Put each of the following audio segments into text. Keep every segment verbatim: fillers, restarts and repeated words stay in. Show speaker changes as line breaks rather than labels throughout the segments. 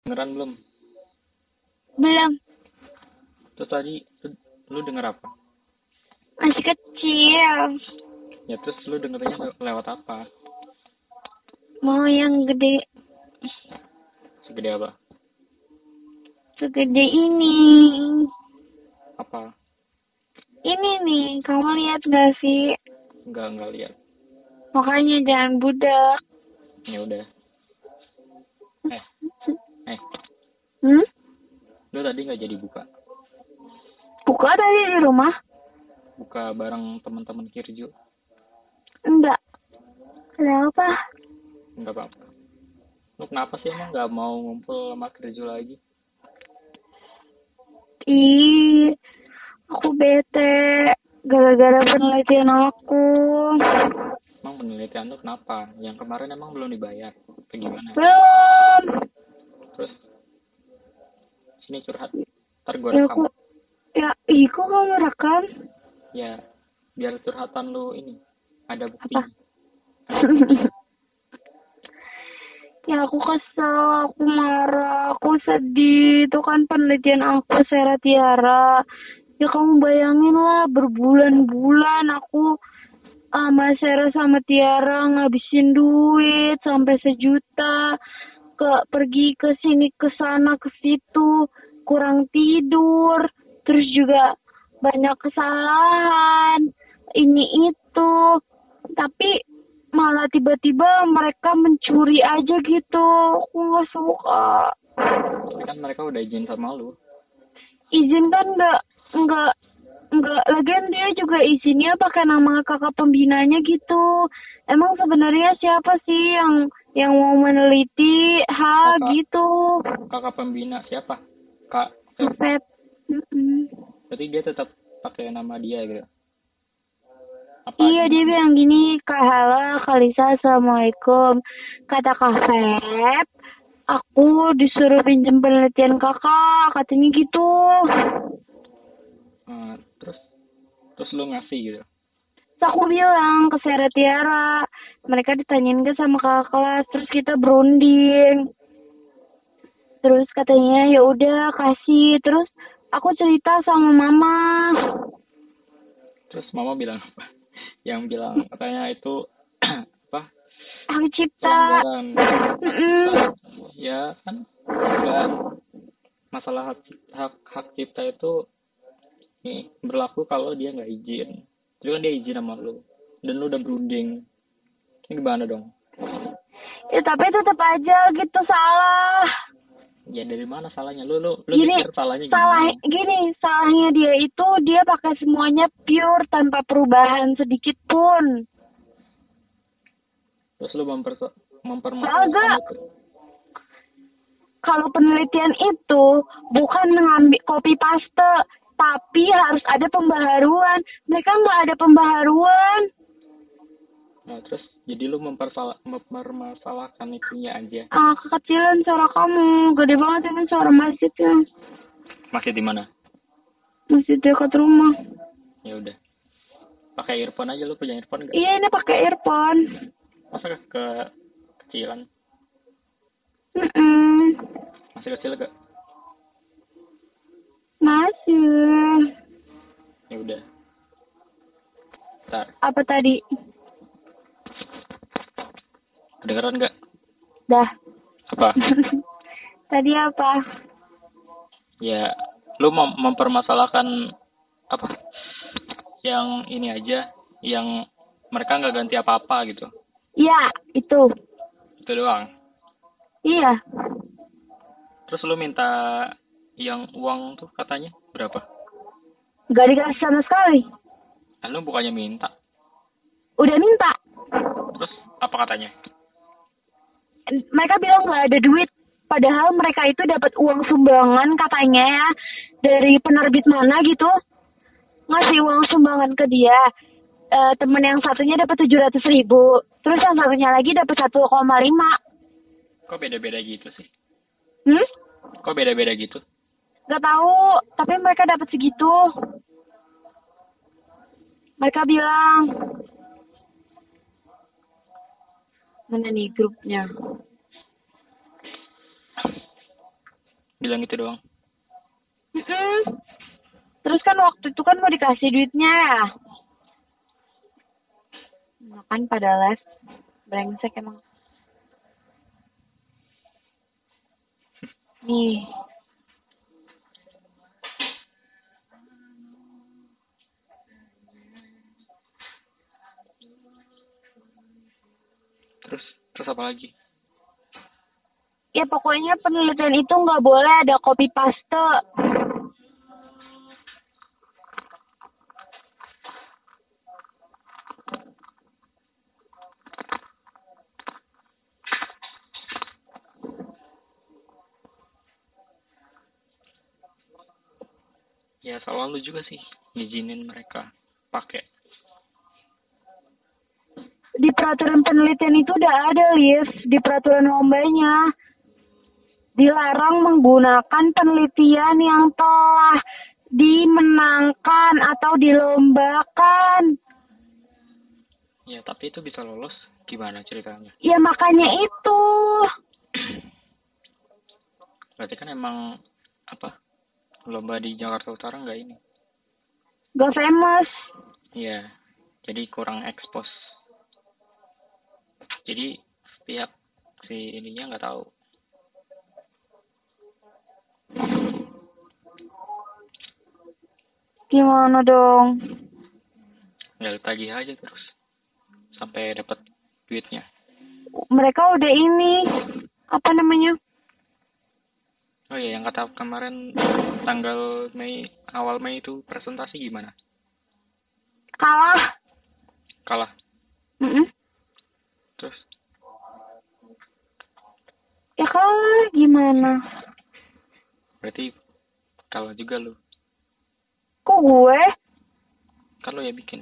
Dengeran belum?
Belum.
Terus tadi lu, lu denger apa?
Masih kecil.
Ya terus lu dengernya le- lewat apa?
Mau yang gede.
Segede apa?
Segede ini.
Apa?
Ini nih, kamu lihat gak sih?
Enggak, enggak lihat.
Makanya jangan budak.
Ya udah. Eh, eh,
Hmm?
lu tadi nggak jadi buka?
Buka tadi di rumah?
Buka bareng teman-teman Kirjo?
Enggak. Ada apa?
Enggak apa-apa. Lu kenapa sih emang nggak mau ngumpul sama Kirjo lagi?
Ih, aku bete. Gara-gara penelitian aku.
Emang penelitian lu kenapa? Yang kemarin emang belum dibayar? Apa gimana?
Belum.
Terus sini curhat. Ntar gue
Ya
rekam.
aku, ya, ih kok kamu rekam?
Ya, biar curhatan lu ini ada bukti.
Apa? Ya aku kesel, aku marah, aku sedih. Itu kan penelitian aku, Sera Tiara. Ya kamu bayangin lah, berbulan-bulan aku sama Sera sama Tiara ngabisin duit sampai sejuta. Ke pergi ke sini ke sana ke situ, kurang tidur, terus juga banyak kesalahan ini itu, tapi malah tiba-tiba mereka mencuri aja gitu. Aku nggak suka.
Tapi kan mereka udah izin sama lu.
Izin kan nggak nggak nggak lagian dia juga izinnya pakai nama kakak pembinanya gitu. Emang sebenarnya siapa sih yang yang mau meneliti hal
Kakak.
gitu?
Kakak pembina siapa? Kak Feb.
Feb. Mm-mm.
Berarti dia tetap pakai nama dia gitu. Apa
Iya,
gimana?
dia bilang gini, Kak Hala, Kak Lisa, Assalamualaikum. Kata Kak Feb, aku disuruh pinjem penelitian kakak, katanya gitu.
Uh, terus terus lu ngasih gitu.
Terus aku bilang ke Sera Tiara, mereka ditanyain ke sama kakak kelas, terus kita berunding. Terus katanya ya udah kasih, terus aku cerita sama mama.
Terus mama bilang apa? Yang bilang katanya itu apa?
Hak cipta.
Pelanggaran hak
Mm-mm.
cipta. Ya kan enggak, masalah hak hak hak cipta itu nih berlaku kalau dia nggak izin. Jadi kan dia izin sama lu dan lu udah berunding. Ini gimana dong?
Ya tapi tetap aja gitu salah.
Ya dari mana salahnya? Lu lu lu
Gini,
mikir salahnya
salah
gimana?
gini, salahnya dia itu dia pakai semuanya pure tanpa perubahan sedikit pun.
Terus lu memper mempermasalahkan
Kagak.
itu.
Kalau penelitian itu bukan mengambil copy paste, tapi harus ada pembaharuan. Mereka nggak ada pembaharuan.
Nah, terus jadi lu mempersalah, mempermasalahkan itunya aja.
Ah, kekecilan suara kamu, gede banget ini suara masjidnya.
Masih di mana?
Masjid dekat rumah.
Ya udah. Pakai earphone aja, lu punya earphone enggak?
Iya, ini pakai earphone.
Masa ke, ke kecilan?
Mm-mm.
Masih kecil gak?
Masih.
Ya udah. Ntar.
Apa tadi?
Kedengeran gak?
Dah.
Apa?
Tadi apa?
Ya, lu mem mempermasalahkan apa? Yang ini aja, yang mereka nggak ganti apa-apa gitu.
Iya, itu.
Itu doang.
Iya.
Terus lu minta yang uang tuh katanya berapa?
Gak dikasih sama sekali.
Kan lu bukannya minta.
Udah minta.
Terus apa katanya?
Mereka bilang gak ada duit. Padahal mereka itu dapat uang sumbangan katanya ya. Dari penerbit mana gitu. Ngasih uang sumbangan ke dia. E, temen yang satunya dapat tujuh ratus ribu. Terus yang satunya lagi dapat satu koma lima.
Kok beda-beda gitu sih?
Hmm?
Kok beda-beda gitu?
Gak tahu, tapi mereka dapat segitu. Mereka bilang, mana nih grupnya?
Bilang gitu doang.
Mm-mm. Terus kan waktu itu kan mau dikasih duitnya ya. Makan pada les. Brengsek emang. Nih.
Terus terus apa lagi?
Ya pokoknya penelitian itu nggak boleh ada copy paste.
Ya selalu juga sih ngizinin mereka pakai.
Di peraturan penelitian itu udah ada, Liv. Di peraturan lombanya. Dilarang menggunakan penelitian yang telah dimenangkan atau dilombakan.
Ya tapi itu bisa lolos gimana ceritanya?
Ya makanya itu.
Berarti kan emang apa? Lomba di Jakarta Utara nggak ini?
Gak famous.
Iya. Jadi kurang ekspos. Jadi pihak si ininya nggak tahu.
Gimana dong?
Ya tagih aja terus sampai dapat duitnya.
Mereka udah ini. Apa namanya?
Oh iya, yang kata kemarin tanggal Mei, awal Mei itu presentasi gimana?
Kalah.
Kalah.
Mm-mm.
Terus?
Ya kalah gimana?
Berarti kalah juga lu.
Kok gue?
Kan lu ya bikin.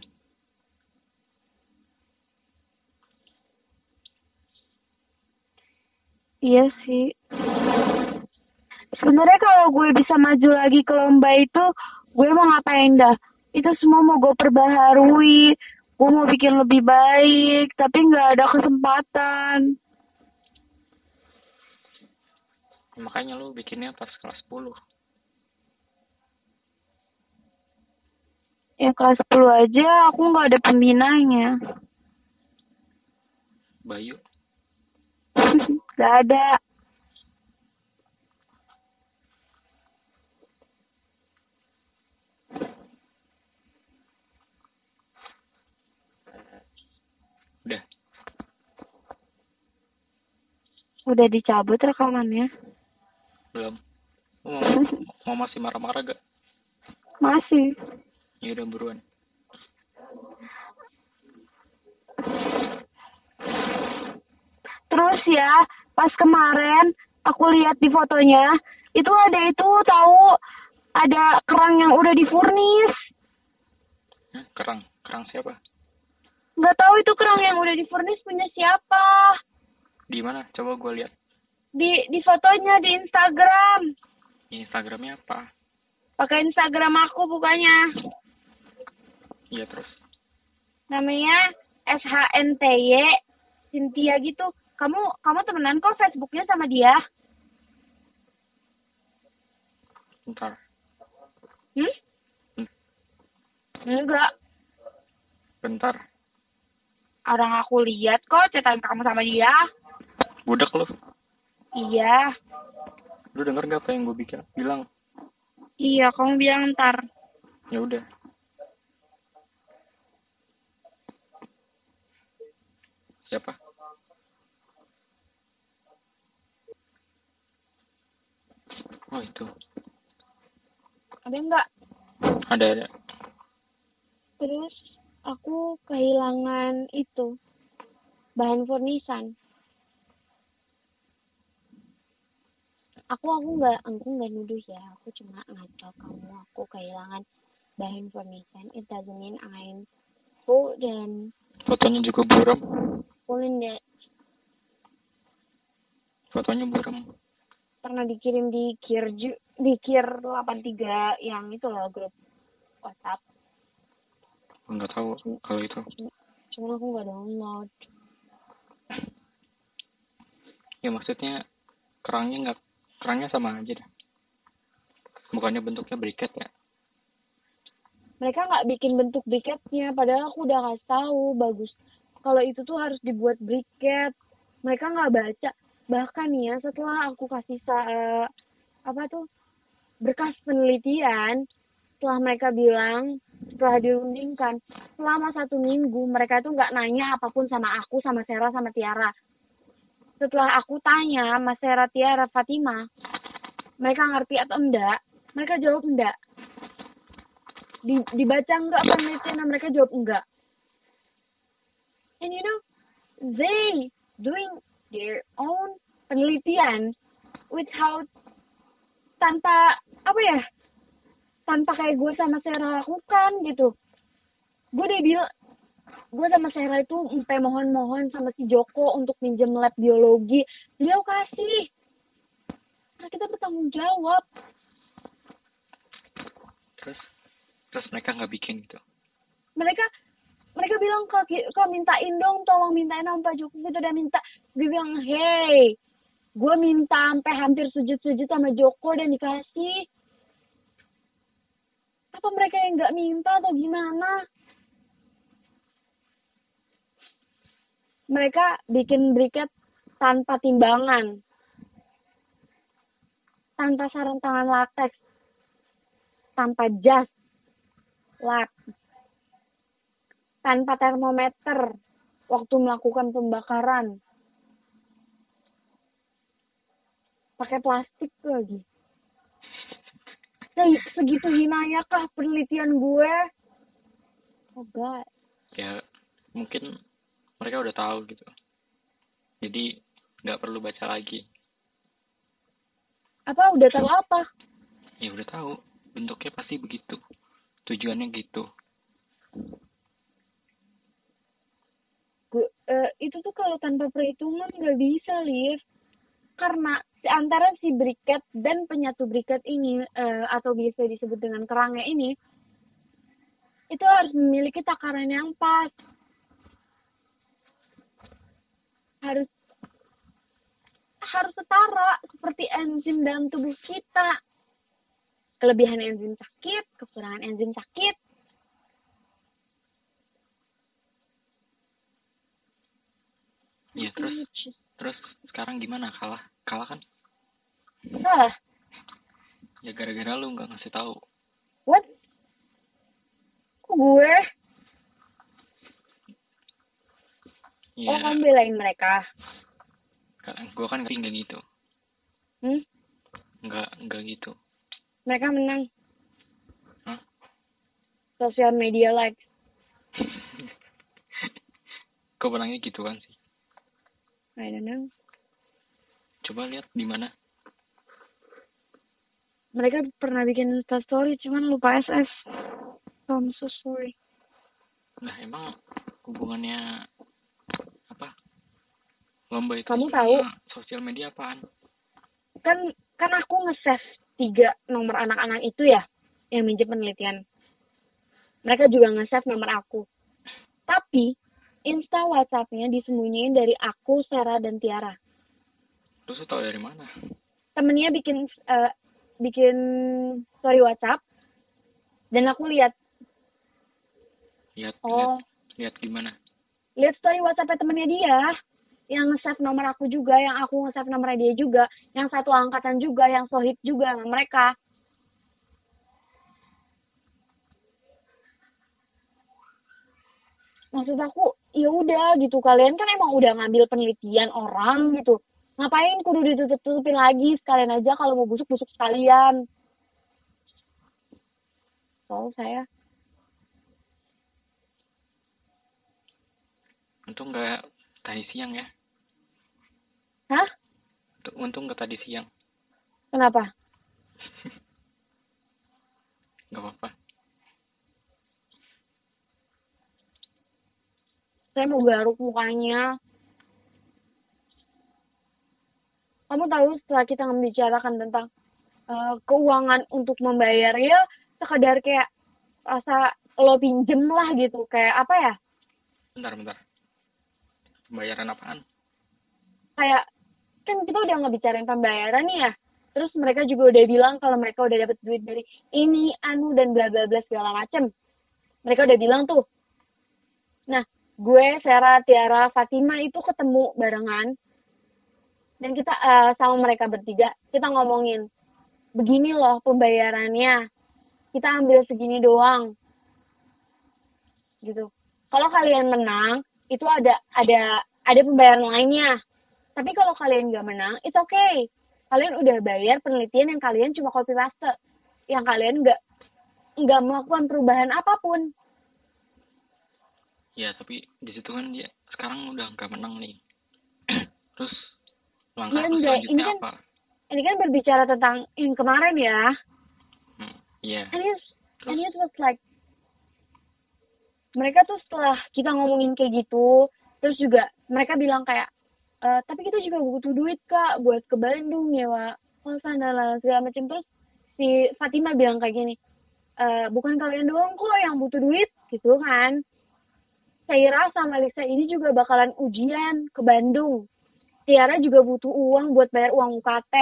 Iya sih. Sebenarnya kalau gue bisa maju lagi ke lomba itu, gue mau ngapain dah? Itu semua mau gue perbaharui. Gue mau bikin lebih baik, tapi nggak ada kesempatan.
Makanya lu bikinnya pas kelas sepuluh.
Ya kelas sepuluh aja aku nggak ada pembinanya.
Bayu.
Gak ada.
Udah.
Udah dicabut rekamannya.
Belum. Lu mau, mau masih marah-marah gak?
Masih.
Ya udah buruan.
Terus ya, pas kemarin aku lihat di fotonya, itu ada itu tahu ada kerang yang udah difurnis.
Hah, kerang. Kerang siapa?
Nggak tahu itu kerang yang udah difurnis punya siapa.
Di mana? Coba gue lihat.
Di di fotonya di Instagram.
Instagramnya apa?
Pakai Instagram aku bukannya.
Iya terus.
Namanya S H N T Y Cynthia gitu. Kamu kamu temenan kok Facebooknya sama dia?
Bentar.
Hmm? Enggak.
Bentar.
Orang aku lihat kok cetan kamu sama dia.
Budak lu.
Iya.
Lu denger gak apa yang gue bikin? Bilang.
Iya, kamu bilang ntar.
Ya udah. Siapa? Oh itu.
Ada enggak?
Ada ada.
Terus aku kehilangan itu bahan furnisan. Aku aku nggak aku nggak nuduh ya. Aku cuma ngaco kamu. Aku kehilangan bahan furnisan. It doesn't mean I'm full dan
Fotonya juga buram.
full in the
Fotonya buram.
pernah dikirim di Kir di Kir delapan tiga yang itu loh grup WhatsApp.
Enggak tahu
Cuma,
kalau itu.
cuma, cuma aku nggak download.
Ya maksudnya kerangnya nggak kerangnya sama aja dah. Bukannya bentuknya briket ya?
Mereka nggak bikin bentuk briketnya, padahal aku udah kasih tahu bagus. Kalau itu tuh harus dibuat briket. Mereka nggak baca. Bahkan nih ya, setelah aku kasih sa- apa tuh berkas penelitian, setelah mereka bilang, setelah diundingkan, selama satu minggu mereka tuh nggak nanya apapun sama aku, sama Sarah, sama Tiara. Setelah aku tanya, Mas Sarah, Tiara, Fatima, mereka ngerti atau enggak? Mereka jawab enggak. Di, dibaca enggak penelitian, mereka jawab enggak. And you know, they doing their own penelitian without, tanpa, apa ya, tanpa kayak gue sama Sarah lakukan gitu. Gue udah bilang, gue sama Sarah itu sampai mohon-mohon sama si Joko untuk minjem lab biologi. Beliau kasih. Nah, kita bertanggung jawab.
Terus terus mereka nggak bikin gitu.
Mereka mereka bilang, kak, kak mintain dong, tolong mintain sama Pak Joko. Kita udah minta. Gue bilang, hey, gue minta sampai hampir sujud-sujud sama Joko dan dikasih. Apa mereka yang nggak minta atau gimana? Mereka bikin briket tanpa timbangan, tanpa sarung tangan latex, tanpa jas lab, tanpa termometer waktu melakukan pembakaran, pakai plastik lagi. Segitu hinanya kah penelitian gue? Oh god.
Ya mungkin mereka udah tahu gitu, jadi nggak perlu baca lagi.
Apa udah tahu apa?
Ya udah tahu bentuknya pasti begitu, tujuannya gitu.
Gue, uh, itu tuh kalau tanpa perhitungan nggak bisa, Liv. Karena antara si briket dan penyatu briket ini, uh, atau biasa disebut dengan kerangnya ini, itu harus memiliki takaran yang pas. Harus harus setara seperti enzim dalam tubuh kita. Kelebihan enzim sakit, kekurangan enzim sakit.
Ya terus terus sekarang gimana? Kalah kalah kan?
Salah.
Ya gara-gara lu nggak ngasih tahu.
What? Kok gue?
Ya.
Oh, kamu belain mereka?
Gue kan nggak gitu.
Hmm?
Nggak nggak gitu.
Mereka menang.
Hah?
Sosial media likes.
Kok menangnya gitu kan sih?
I don't know.
Coba lihat di mana.
Mereka pernah bikin Insta story, cuman lupa S S. So, I'm so sorry.
Nah emang hubungannya apa? Lomba itu
Kamu tahu?
Sosial media apaan?
Kan kan aku nge-save tiga nomor anak-anak itu ya, yang minjem penelitian. Mereka juga nge-save nomor aku. Tapi Insta WhatsApp-nya disembunyiin dari aku, Sarah, dan Tiara.
Terus lu tahu dari mana?
Temennya bikin uh, bikin story WhatsApp, dan aku lihat.
Lihat,
oh,
lihat, lihat gimana?
Lihat story WhatsApp temennya dia, yang nge-save nomor aku juga, yang aku nge-save nomornya dia juga, yang satu angkatan juga, yang sohib juga sama mereka. Maksud aku, ya udah gitu, kalian kan emang udah ngambil penelitian orang gitu. Ngapain kudu ditutup-tutupin lagi? Sekalian aja kalau mau busuk-busuk sekalian. Soal saya.
Untung nggak tadi siang ya.
Hah?
Untung nggak tadi siang.
Kenapa?
Nggak apa-apa.
Saya mau garuk mukanya. Kamu tahu setelah kita membicarakan tentang uh, keuangan untuk membayar, ya sekadar kayak rasa lo pinjem lah gitu. Kayak apa ya?
Bentar, bentar. Pembayaran apaan?
Kayak, kan kita udah ngebicarain pembayaran nih ya. Terus mereka juga udah bilang kalau mereka udah dapat duit dari ini, anu, dan bla bla bla segala macem. Mereka udah bilang tuh. Nah, gue, Sarah, Tiara, Fatima itu ketemu barengan. Dan kita uh, sama mereka bertiga, kita ngomongin, begini loh pembayarannya. Kita ambil segini doang. Gitu. Kalau kalian menang, itu ada ada ada pembayaran lainnya. Tapi kalau kalian nggak menang, it's okay. Kalian udah bayar penelitian yang kalian cuma copy paste, yang kalian nggak nggak melakukan perubahan apapun.
Ya, tapi di situ kan dia sekarang udah nggak menang nih. Terus langkah
Ya,
lu
enggak.
selanjutnya
Ini kan,
apa?
Ini kan berbicara tentang yang kemarin ya.
Hmm, iya.
And it,
Terus?
and it was like, mereka tuh setelah kita ngomongin kayak gitu, terus juga mereka bilang kayak, e, tapi kita juga butuh duit kak buat ke Bandung ya Wak, oh sana lah segala macam. Terus si Fatima bilang kayak gini, e, bukan kalian doang kok yang butuh duit gitu kan. Saira sama Lisa ini juga bakalan ujian ke Bandung. Tiara juga butuh uang buat bayar uang U K T.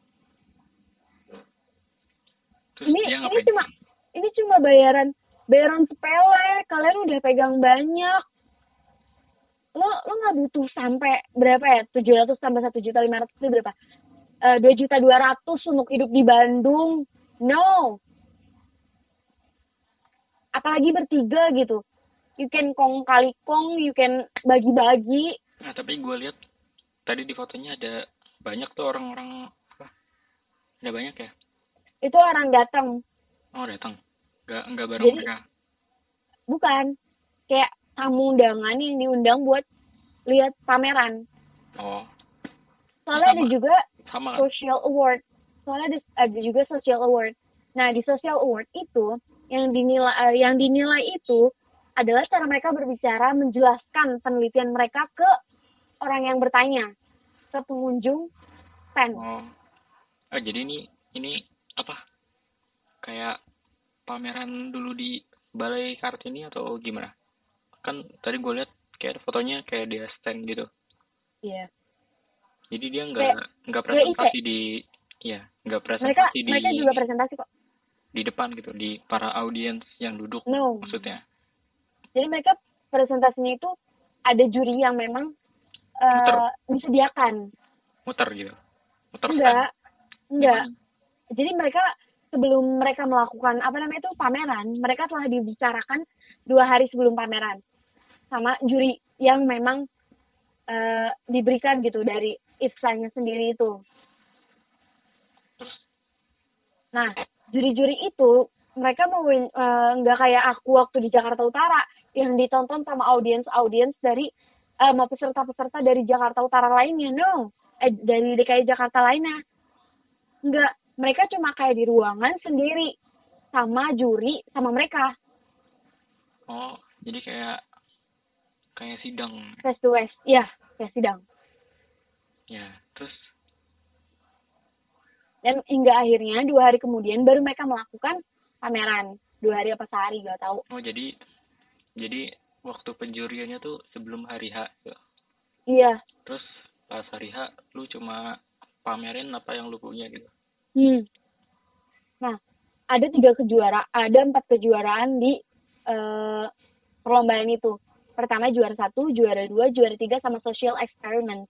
Terus
ini
dia
ini
ngapain?
cuma ini cuma bayaran bayaran sepele. Kalian udah pegang banyak. Lo lo nggak butuh sampai berapa ya? tujuh ratus tambah satu juta lima ratus itu berapa? Uh, dua juta dua ratus untuk hidup di Bandung. No. Apalagi bertiga gitu. You can kong kali kong, you can bagi-bagi.
Nah, tapi gue lihat tadi di fotonya ada banyak tuh orang-orang apa? Ada banyak ya?
Itu orang datang.
Oh, datang. Gak nggak bareng
Jadi,
mereka.
Bukan. Kayak tamu undangan yang diundang buat lihat pameran.
Oh.
Soalnya
sama.
ada juga
sama kan?
social award. Soalnya ada, ada juga social award. Nah, di social award itu yang dinilai uh, yang dinilai itu adalah cara mereka berbicara, menjelaskan penelitian mereka ke orang yang bertanya, ke pengunjung stand.
Oh. Oh, jadi ini ini apa? Kayak pameran dulu di Balai Kartini atau gimana? Kan tadi gue lihat kayak fotonya kayak dia stand gitu.
Iya.
Jadi dia nggak nggak presentasi di ya nggak presentasi
mereka,
di
mereka juga presentasi kok
di depan gitu, di para audiens yang duduk.
No.
Maksudnya.
Jadi mereka presentasinya itu ada juri yang memang uh, disediakan.
Muter gitu. Muter
enggak
stand.
enggak Gimana? Jadi mereka sebelum mereka melakukan apa namanya itu pameran, mereka telah dibicarakan dua hari sebelum pameran sama juri yang memang uh, diberikan gitu dari istilahnya sendiri itu. Nah, juri-juri itu mereka mau uh, nggak kayak aku waktu di Jakarta Utara yang ditonton sama audiens-audiens dari uh, mau peserta-peserta dari Jakarta Utara lainnya. No, eh, dari D K I Jakarta lainnya. Enggak, mereka cuma kayak di ruangan sendiri sama juri sama mereka.
Oh, jadi kayak kayak sidang.
Face to face, ya, kayak sidang.
Ya, terus
dan hingga akhirnya dua hari kemudian baru mereka melakukan pameran. Dua hari apa sehari gak tahu.
Oh, jadi jadi waktu penjuriannya tuh sebelum hari H ya?
Iya.
Terus pas hari H lu cuma pamerin apa yang lu punya gitu.
Hmm. Nah, ada tiga kejuaraan, ada empat kejuaraan di uh, perlombaan itu. Pertama juara satu, juara dua, juara tiga sama social experiment.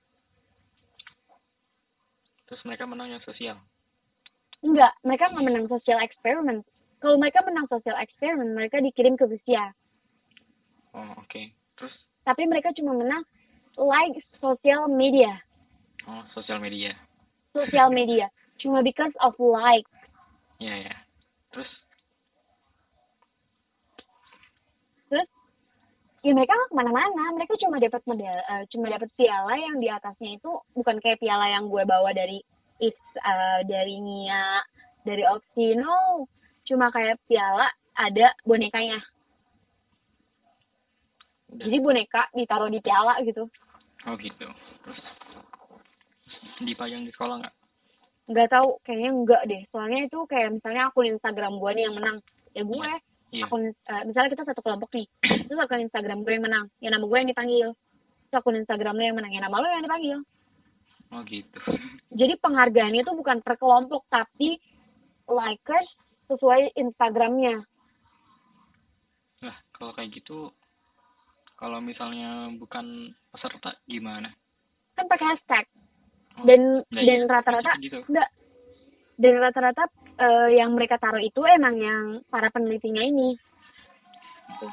Terus mereka menang yang sosial?
Enggak, mereka nggak menang social experiment. Kalau mereka menang social experiment, mereka dikirim ke Rusia.
Oh, oke. Okay. Terus?
Tapi mereka cuma menang like social media.
Oh, sosial media.
Social media. Cuma because of like.
Iya, yeah, ya. Yeah. Terus?
Terus? Ya mereka nggak kemana-mana. Mereka cuma dapat medal, uh, cuma dapat piala yang di atasnya itu bukan kayak piala yang gue bawa dari is uh, dari Nia, dari Opsi. No, cuma kayak piala ada bonekanya. Udah. Jadi boneka ditaruh di piala gitu.
Oh gitu. Terus dipajang di sekolah nggak?
Nggak tahu, kayaknya enggak deh. Soalnya itu kayak misalnya akun Instagram gue nih yang menang. Ya gue, yeah. akun uh, misalnya kita satu kelompok nih. Terus akun Instagram gue yang menang, ya nama gue yang dipanggil. Terus akun Instagram lo yang menang, ya nama lo yang dipanggil.
Oh gitu.
Jadi penghargaannya itu bukan per kelompok, tapi likers sesuai Instagramnya.
Nah, kalau kayak gitu, kalau misalnya bukan peserta gimana?
Kan pakai hashtag.
Oh,
Dan
nah
dan
iya,
rata-rata
gitu.
enggak. Dan rata-rata uh, yang mereka taruh itu emang yang para penelitinya ini. Gitu.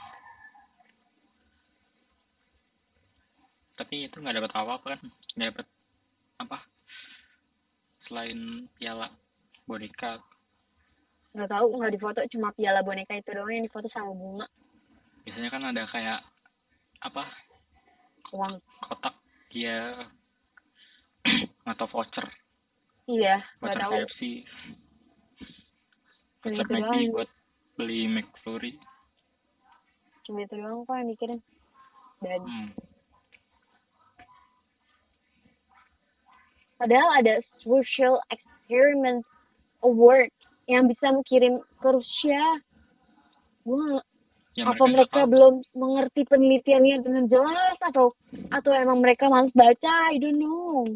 Tapi itu nggak dapat apa-apa kan? Nggak dapat apa? Selain piala boneka.
Nggak tahu, nggak difoto, cuma piala boneka itu doang yang difoto sama bunga.
Biasanya kan ada kayak apa?
Uang.
Kotak ya atau voucher.
Iya, nggak
Voucher
tahu.
K F C.
Cuma
Voucher
itu
McD
doang.
buat beli McFlurry.
Cuma itu doang kok yang mikirin. Dan
Hmm.
padahal ada social experiment award yang bisa kirim ke Rusia. Gue
Ya,
apa
mereka,
mereka belum mengerti penelitiannya dengan jelas atau atau emang mereka malas baca? I don't know.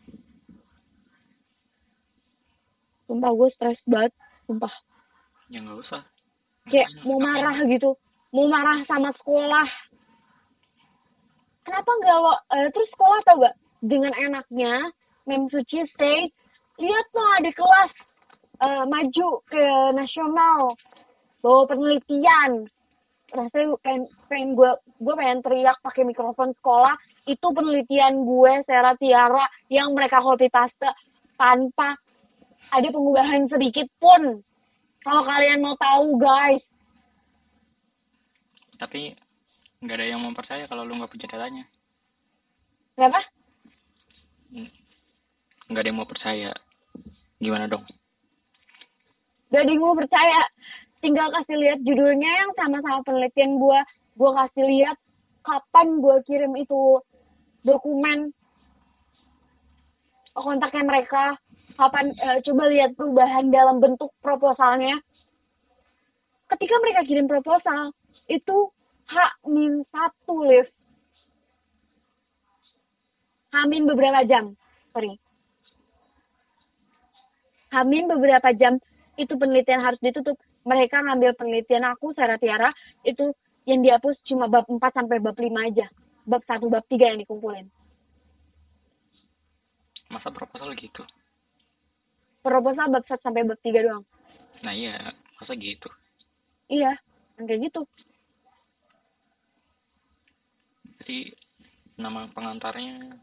Sumpah gue stres banget, sumpah.
Ya nggak usah.
Kayak
Ngapain,
mau
ngapain?
marah gitu, mau marah sama sekolah. Kenapa nggak lo? Uh, terus sekolah tau gak? Dengan enaknya, Mem Suci say, lihat no ada kelas uh, maju ke nasional, bawa penelitian. Rasanya pengen, pengen gue gue pengen teriak pakai mikrofon sekolah, itu penelitian gue Sera Tiara yang mereka copy paste tanpa ada pengubahan sedikit pun. Kalau kalian mau tahu guys.
Tapi nggak ada yang mempercaya kalau lu nggak punya datanya.
Kenapa?
Nggak ada yang mau percaya. Gimana dong?
Gak ada yang mau percaya. Tinggal kasih lihat judulnya yang sama-sama penelitian gue. Gue kasih lihat kapan gue kirim itu dokumen kontaknya mereka. Kapan uh, coba lihat perubahan dalam bentuk proposalnya. Ketika mereka kirim proposal, itu H minus satu live. Hamin beberapa jam. Sorry. Hamin beberapa jam itu penelitian harus ditutup. Mereka ngambil penelitian aku, Sera Tiara, itu yang dihapus cuma bab empat sampai bab lima aja. Bab satu, bab tiga yang dikumpulin.
Masa proposal gitu?
Proposal bab satu sampai bab tiga doang.
Nah iya, masa gitu?
Iya, kayak gitu.
Jadi nama pengantarnya?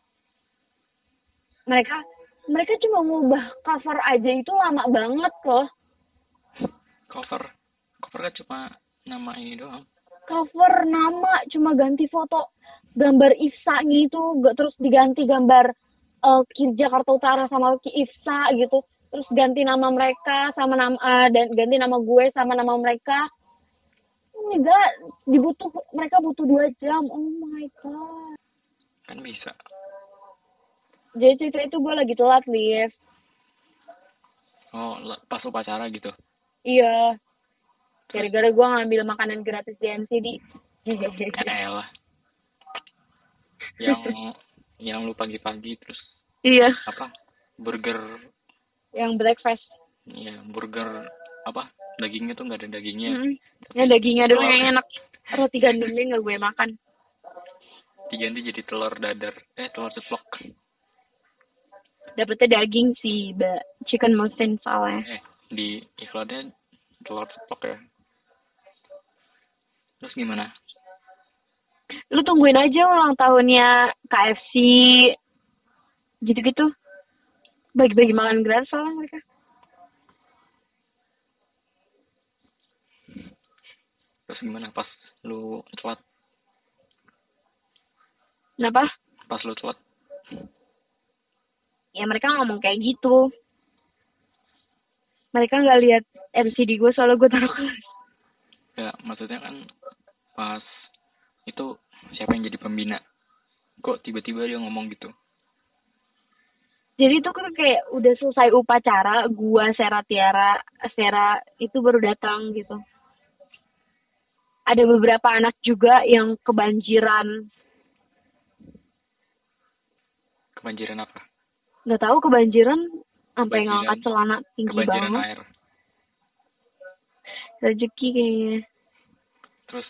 Mereka mereka cuma ngubah cover aja itu lama banget loh.
Cover? Cover kan cuma nama ini doang.
Cover nama, cuma ganti foto gambar Ifsa-nya itu, terus diganti gambar uh, Jakarta Utara sama Ifsa gitu. Terus ganti nama mereka sama nama uh, dan ganti nama gue sama nama mereka. Enggak, dibutuh mereka butuh dua jam. Oh my god.
Kan bisa.
Jadi cerita itu gue lagi telat live.
Oh, pas upacara gitu?
Iya. Gara-gara gue ngambil makanan gratis di M C D.
Ya elah. Yang yang lu pagi-pagi terus.
Iya.
Apa? Burger.
Yang breakfast.
Iya, burger apa? Dagingnya tuh nggak ada dagingnya.
Mm-hmm. Ya dagingnya doang yang enak. Roti gandumnya nggak gue makan.
Diganti jadi telur dadar. Eh, telur ceplok.
Dapetnya daging sih, Mbak. Chicken muffin soalnya.
Eh, di iklannya telur ceplok ya. Terus gimana?
Lu tungguin aja ulang tahunnya K F C. Gitu-gitu. Bagi-bagi makan gratis soalnya mereka.
Terus gimana pas lu telat?
Kenapa?
Pas lu telat?
Ya mereka ngomong kayak gitu. Mereka nggak lihat M C D gue soalnya gue taruh kelas.
Ya, maksudnya kan pas itu siapa yang jadi pembina? Kok tiba-tiba dia ngomong gitu?
Jadi itu kan kayak udah selesai upacara, gua Sera Tiara, Sera itu baru datang gitu. Ada beberapa anak juga yang kebanjiran.
Kebanjiran apa?
Nggak tahu kebanjiran sampai
Kebanjiran-
ngangkat celana tinggi
Kebanjiran
banget.
air.
Rezeki kayaknya.
Terus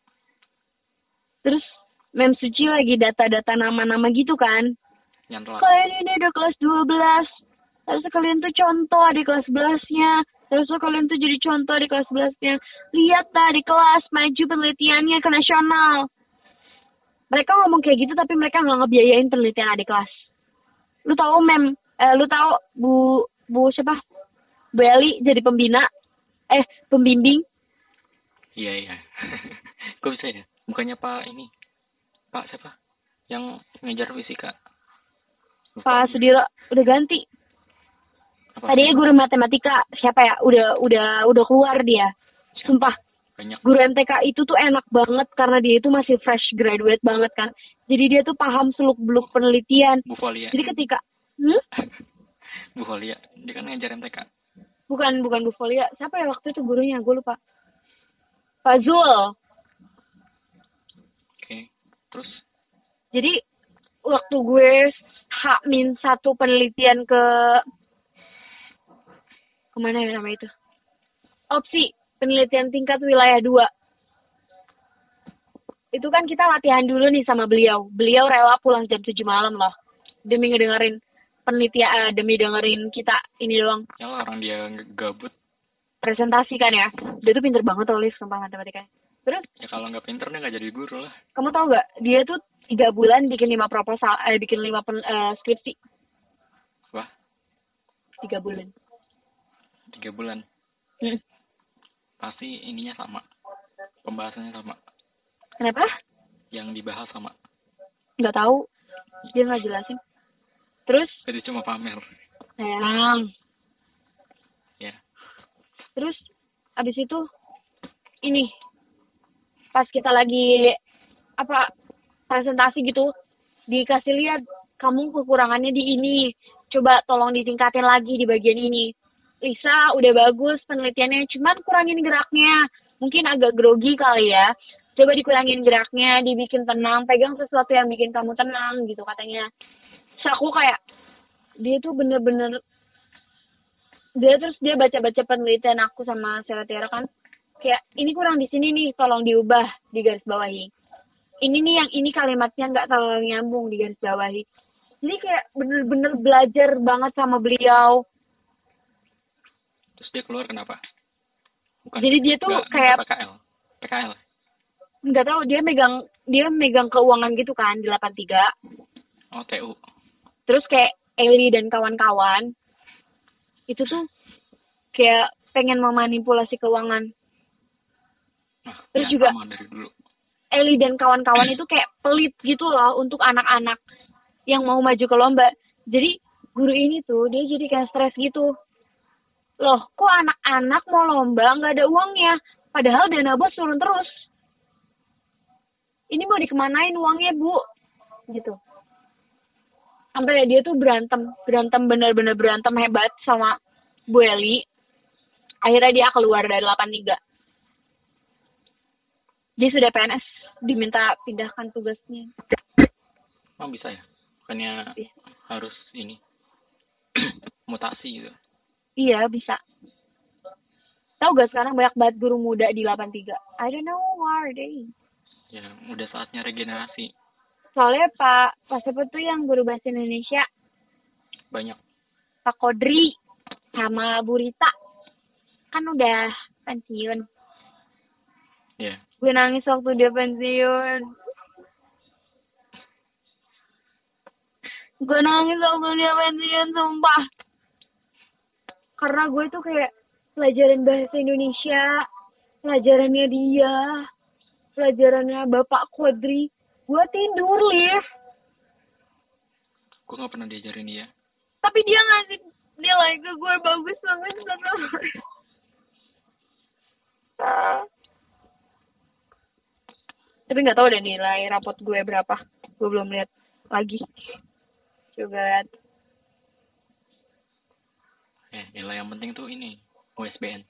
Terus Mem Suci lagi data-data nama-nama gitu kan.
nyantol.
Kalian ini udah kelas dua belas. Harusnya kalian tuh contoh di kelas sebelasnya. Harusnya kalian tuh jadi contoh di kelas sebelasnya. Lihat dah di kelas maju penelitiannya ke nasional. Mereka ngomong kayak gitu tapi mereka nggak ngebiayain penelitian adik kelas. Lu tahu Mem, eh, lu tahu Bu Bu siapa? Bu Eli jadi pembina, eh pembimbing.
Iya iya. Kok bisa ya? Bukannya Pak ini? Pak siapa? Yang ngajar fisika. Lupa.
Pak Sudiro udah ganti.
Apa?
Tadinya guru matematika siapa ya? Udah udah udah keluar dia.
Siapa?
Sumpah.
Banyak.
Guru M T K itu tuh enak banget karena dia itu masih fresh graduate banget kan. Jadi dia tuh paham seluk-beluk penelitian.
Bu Folia.
Jadi ketika hmm?
Bu Folia, dia kan ngajar M T K.
Bukan bukan Bu Folia. Siapa ya waktu itu gurunya? Gue lupa. Pak Zul.
Oke. Terus
Jadi waktu gue H min satu penelitian ke kemana ya nama itu? Opsi penelitian tingkat wilayah dua. Itu kan kita latihan dulu nih sama beliau. Beliau rela pulang jam tujuh malam loh. Demi ngedengerin penelitian, eh, demi dengerin kita ini doang.
ya lah, orang dia gabut.
Presentasi kan ya. Dia tuh pinter banget tuh Liv, sumpah matematikanya. Terus,
Ya kalau nggak pinter dia nggak jadi guru lah.
kamu tahu gak? Dia tuh tiga bulan bikin lima proposal, eh bikin lima pen, eh, skripsi.
Wah,
Tiga bulan.
tiga bulan.
Hmm.
Pasti ininya sama. Pembahasannya sama.
Kenapa?
Yang dibahas sama.
Nggak tahu. Dia nggak jelasin. Terus,
Jadi cuma pamer.
sayang.
Ya.
Terus, abis itu, ini. Pas kita lagi, apa, presentasi gitu, dikasih lihat, kamu kekurangannya di ini. Coba tolong ditingkatin lagi di bagian ini. Lisa, udah bagus penelitiannya, cuman kurangin geraknya. Mungkin agak grogi kali ya. Coba dikurangin geraknya, dibikin tenang, pegang sesuatu yang bikin kamu tenang gitu katanya. Terus aku kayak, dia tuh bener-bener, dia terus dia baca-baca penelitian aku sama Sarah Tiara kan. Kayak, ini kurang di sini nih, tolong diubah, di garis bawahi. Ini nih yang ini kalimatnya nggak terlalu nyambung, di garis bawahi. Jadi kayak bener-bener belajar banget sama beliau.
Terus dia keluar kenapa? Bukan.
Jadi dia tuh
nggak,
kayak
nggak P K L. P K L.
nggak tahu, dia megang dia megang keuangan gitu kan di delapan tiga.
Oh, T U.
Terus kayak Eli dan kawan-kawan itu tuh kayak pengen memanipulasi keuangan.
Nah,
Terus
ya,
juga
sama dari dulu.
Eli dan kawan-kawan itu kayak pelit gitu loh untuk anak-anak yang mau maju ke lomba. Jadi guru ini tuh dia jadi kayak stres gitu. Loh, kok anak-anak mau lomba nggak ada uangnya? Padahal dana bos turun terus. Ini mau dikemanain uangnya, Bu? Gitu. Sampai dia tuh berantem. Berantem bener-bener berantem hebat sama Bu Eli. Akhirnya dia keluar dari delapan tiga. Dia sudah P N S. Diminta pindahkan tugasnya.
Oh, bisa ya? Bukannya
Bisa.
harus ini. Mutasi gitu.
Iya, bisa. Tahu gak sekarang banyak banget guru muda di delapan tiga? I don't know where are they.
Ya, udah saatnya regenerasi.
Soalnya Pak, Pak siapa tuh yang guru bahasa Indonesia?
Banyak.
Pak Kodri sama Bu Rita. Kan udah pensiun.
Ya.
Gue nangis waktu dia pensiun. Gue nangis waktu dia pensiun, sumpah. Karena gue tuh kayak pelajaran bahasa Indonesia, pelajarannya dia, pelajarannya Bapak Kodri, gue tidur, Liv.
Gue gak pernah diajarin dia.
Tapi dia ngasih nilai ke gue bagus banget. Tapi nggak tahu deh nilai rapot gue berapa. Gue belum lihat lagi. Coba lihat.
Eh, nilai yang penting tuh ini. U S B N.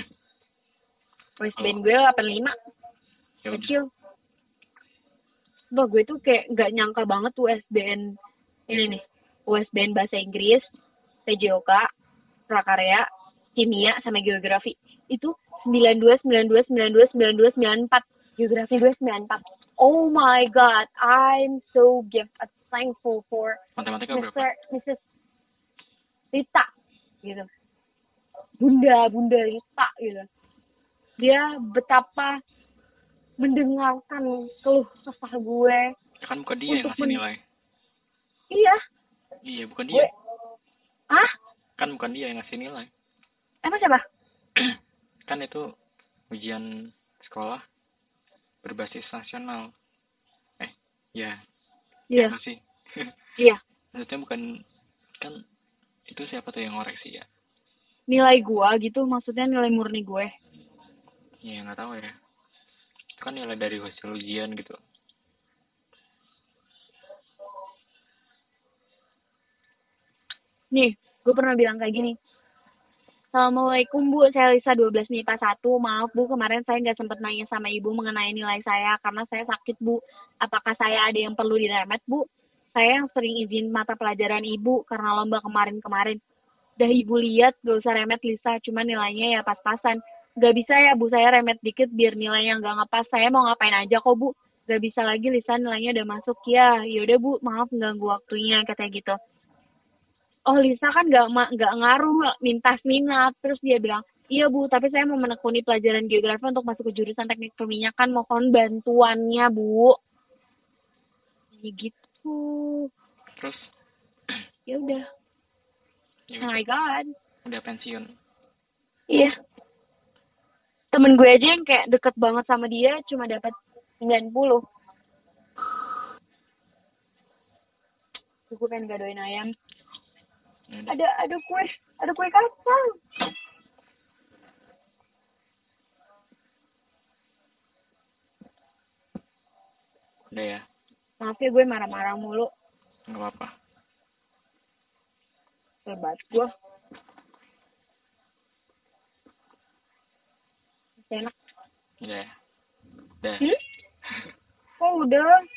U S B N gue delapan puluh lima.
Ya udah.
Kecil. Sumpah gue tuh kayak gak nyangka banget U S B N ini nih. U S B N Bahasa Inggris, P J O K, Prakarya, Kimia, sama Geografi. Itu sembilan dua, sembilan dua, sembilan dua, sembilan dua, sembilan empat. Geografi gue sembilan empat. Oh my God, I'm so gift thankful for
Matematika
Mister
berapa?
Missus Rita gitu. Bunda, Bunda Rita gitu. Dia betapa mendengarkan keluh kesah gue.
Ya kan bukan dia yang
Untuk
ngasih
men-
nilai.
Iya,
Iya, bukan
gue.
dia.
Ah?
Kan bukan dia yang ngasih nilai.
Emang siapa?
Kan itu ujian sekolah berbasis nasional. Eh, ya.
Iya.
Ya sih.
Iya.
Maksudnya bukan, kan itu siapa tuh yang ngoreksi ya?
Nilai gue gitu, maksudnya nilai murni gue.
Ya nggak tahu ya. Itu kan nilai dari hasil ujian gitu.
Nih, gue pernah bilang kayak gini. Assalamualaikum Bu, saya Lisa dua belas M I P A satu. Maaf Bu, kemarin saya nggak sempat nanya sama Ibu mengenai nilai saya karena saya sakit Bu. Apakah saya ada yang perlu diremet Bu? Saya yang sering izin mata pelajaran Ibu karena lomba kemarin-kemarin. Dah Ibu lihat, gak usah remet Lisa, cuma nilainya ya pas-pasan. Gak bisa ya Bu, saya remet dikit biar nilainya nggak ngepas. Saya mau ngapain aja kok Bu. Gak bisa lagi Lisa, nilainya udah masuk ya. Yaudah Bu, maaf ganggu waktunya, katanya gitu. Oh Lisa kan gak, gak ngaruh mintas minat. Terus dia bilang, iya Bu, tapi saya mau menekuni pelajaran geografi untuk masuk ke jurusan teknik perminyakan. Mohon bantuannya Bu. Ya gitu.
Terus?
Ya udah.
Ya
Oh
udah.
my God.
Udah pensiun.
Iya. Temen gue aja yang kayak deket banget sama dia cuma dapat sembilan puluh. Gue pengen gadoin ayam.
Ya udah.
Ada ada kue, ada kue kacang.
Udah ya.
Maaf ya gue marah-marah mulu.
Nggak apa-apa.
Lebat gue. Enak.
Udah ya. Udah.
Hmm? Oh udah.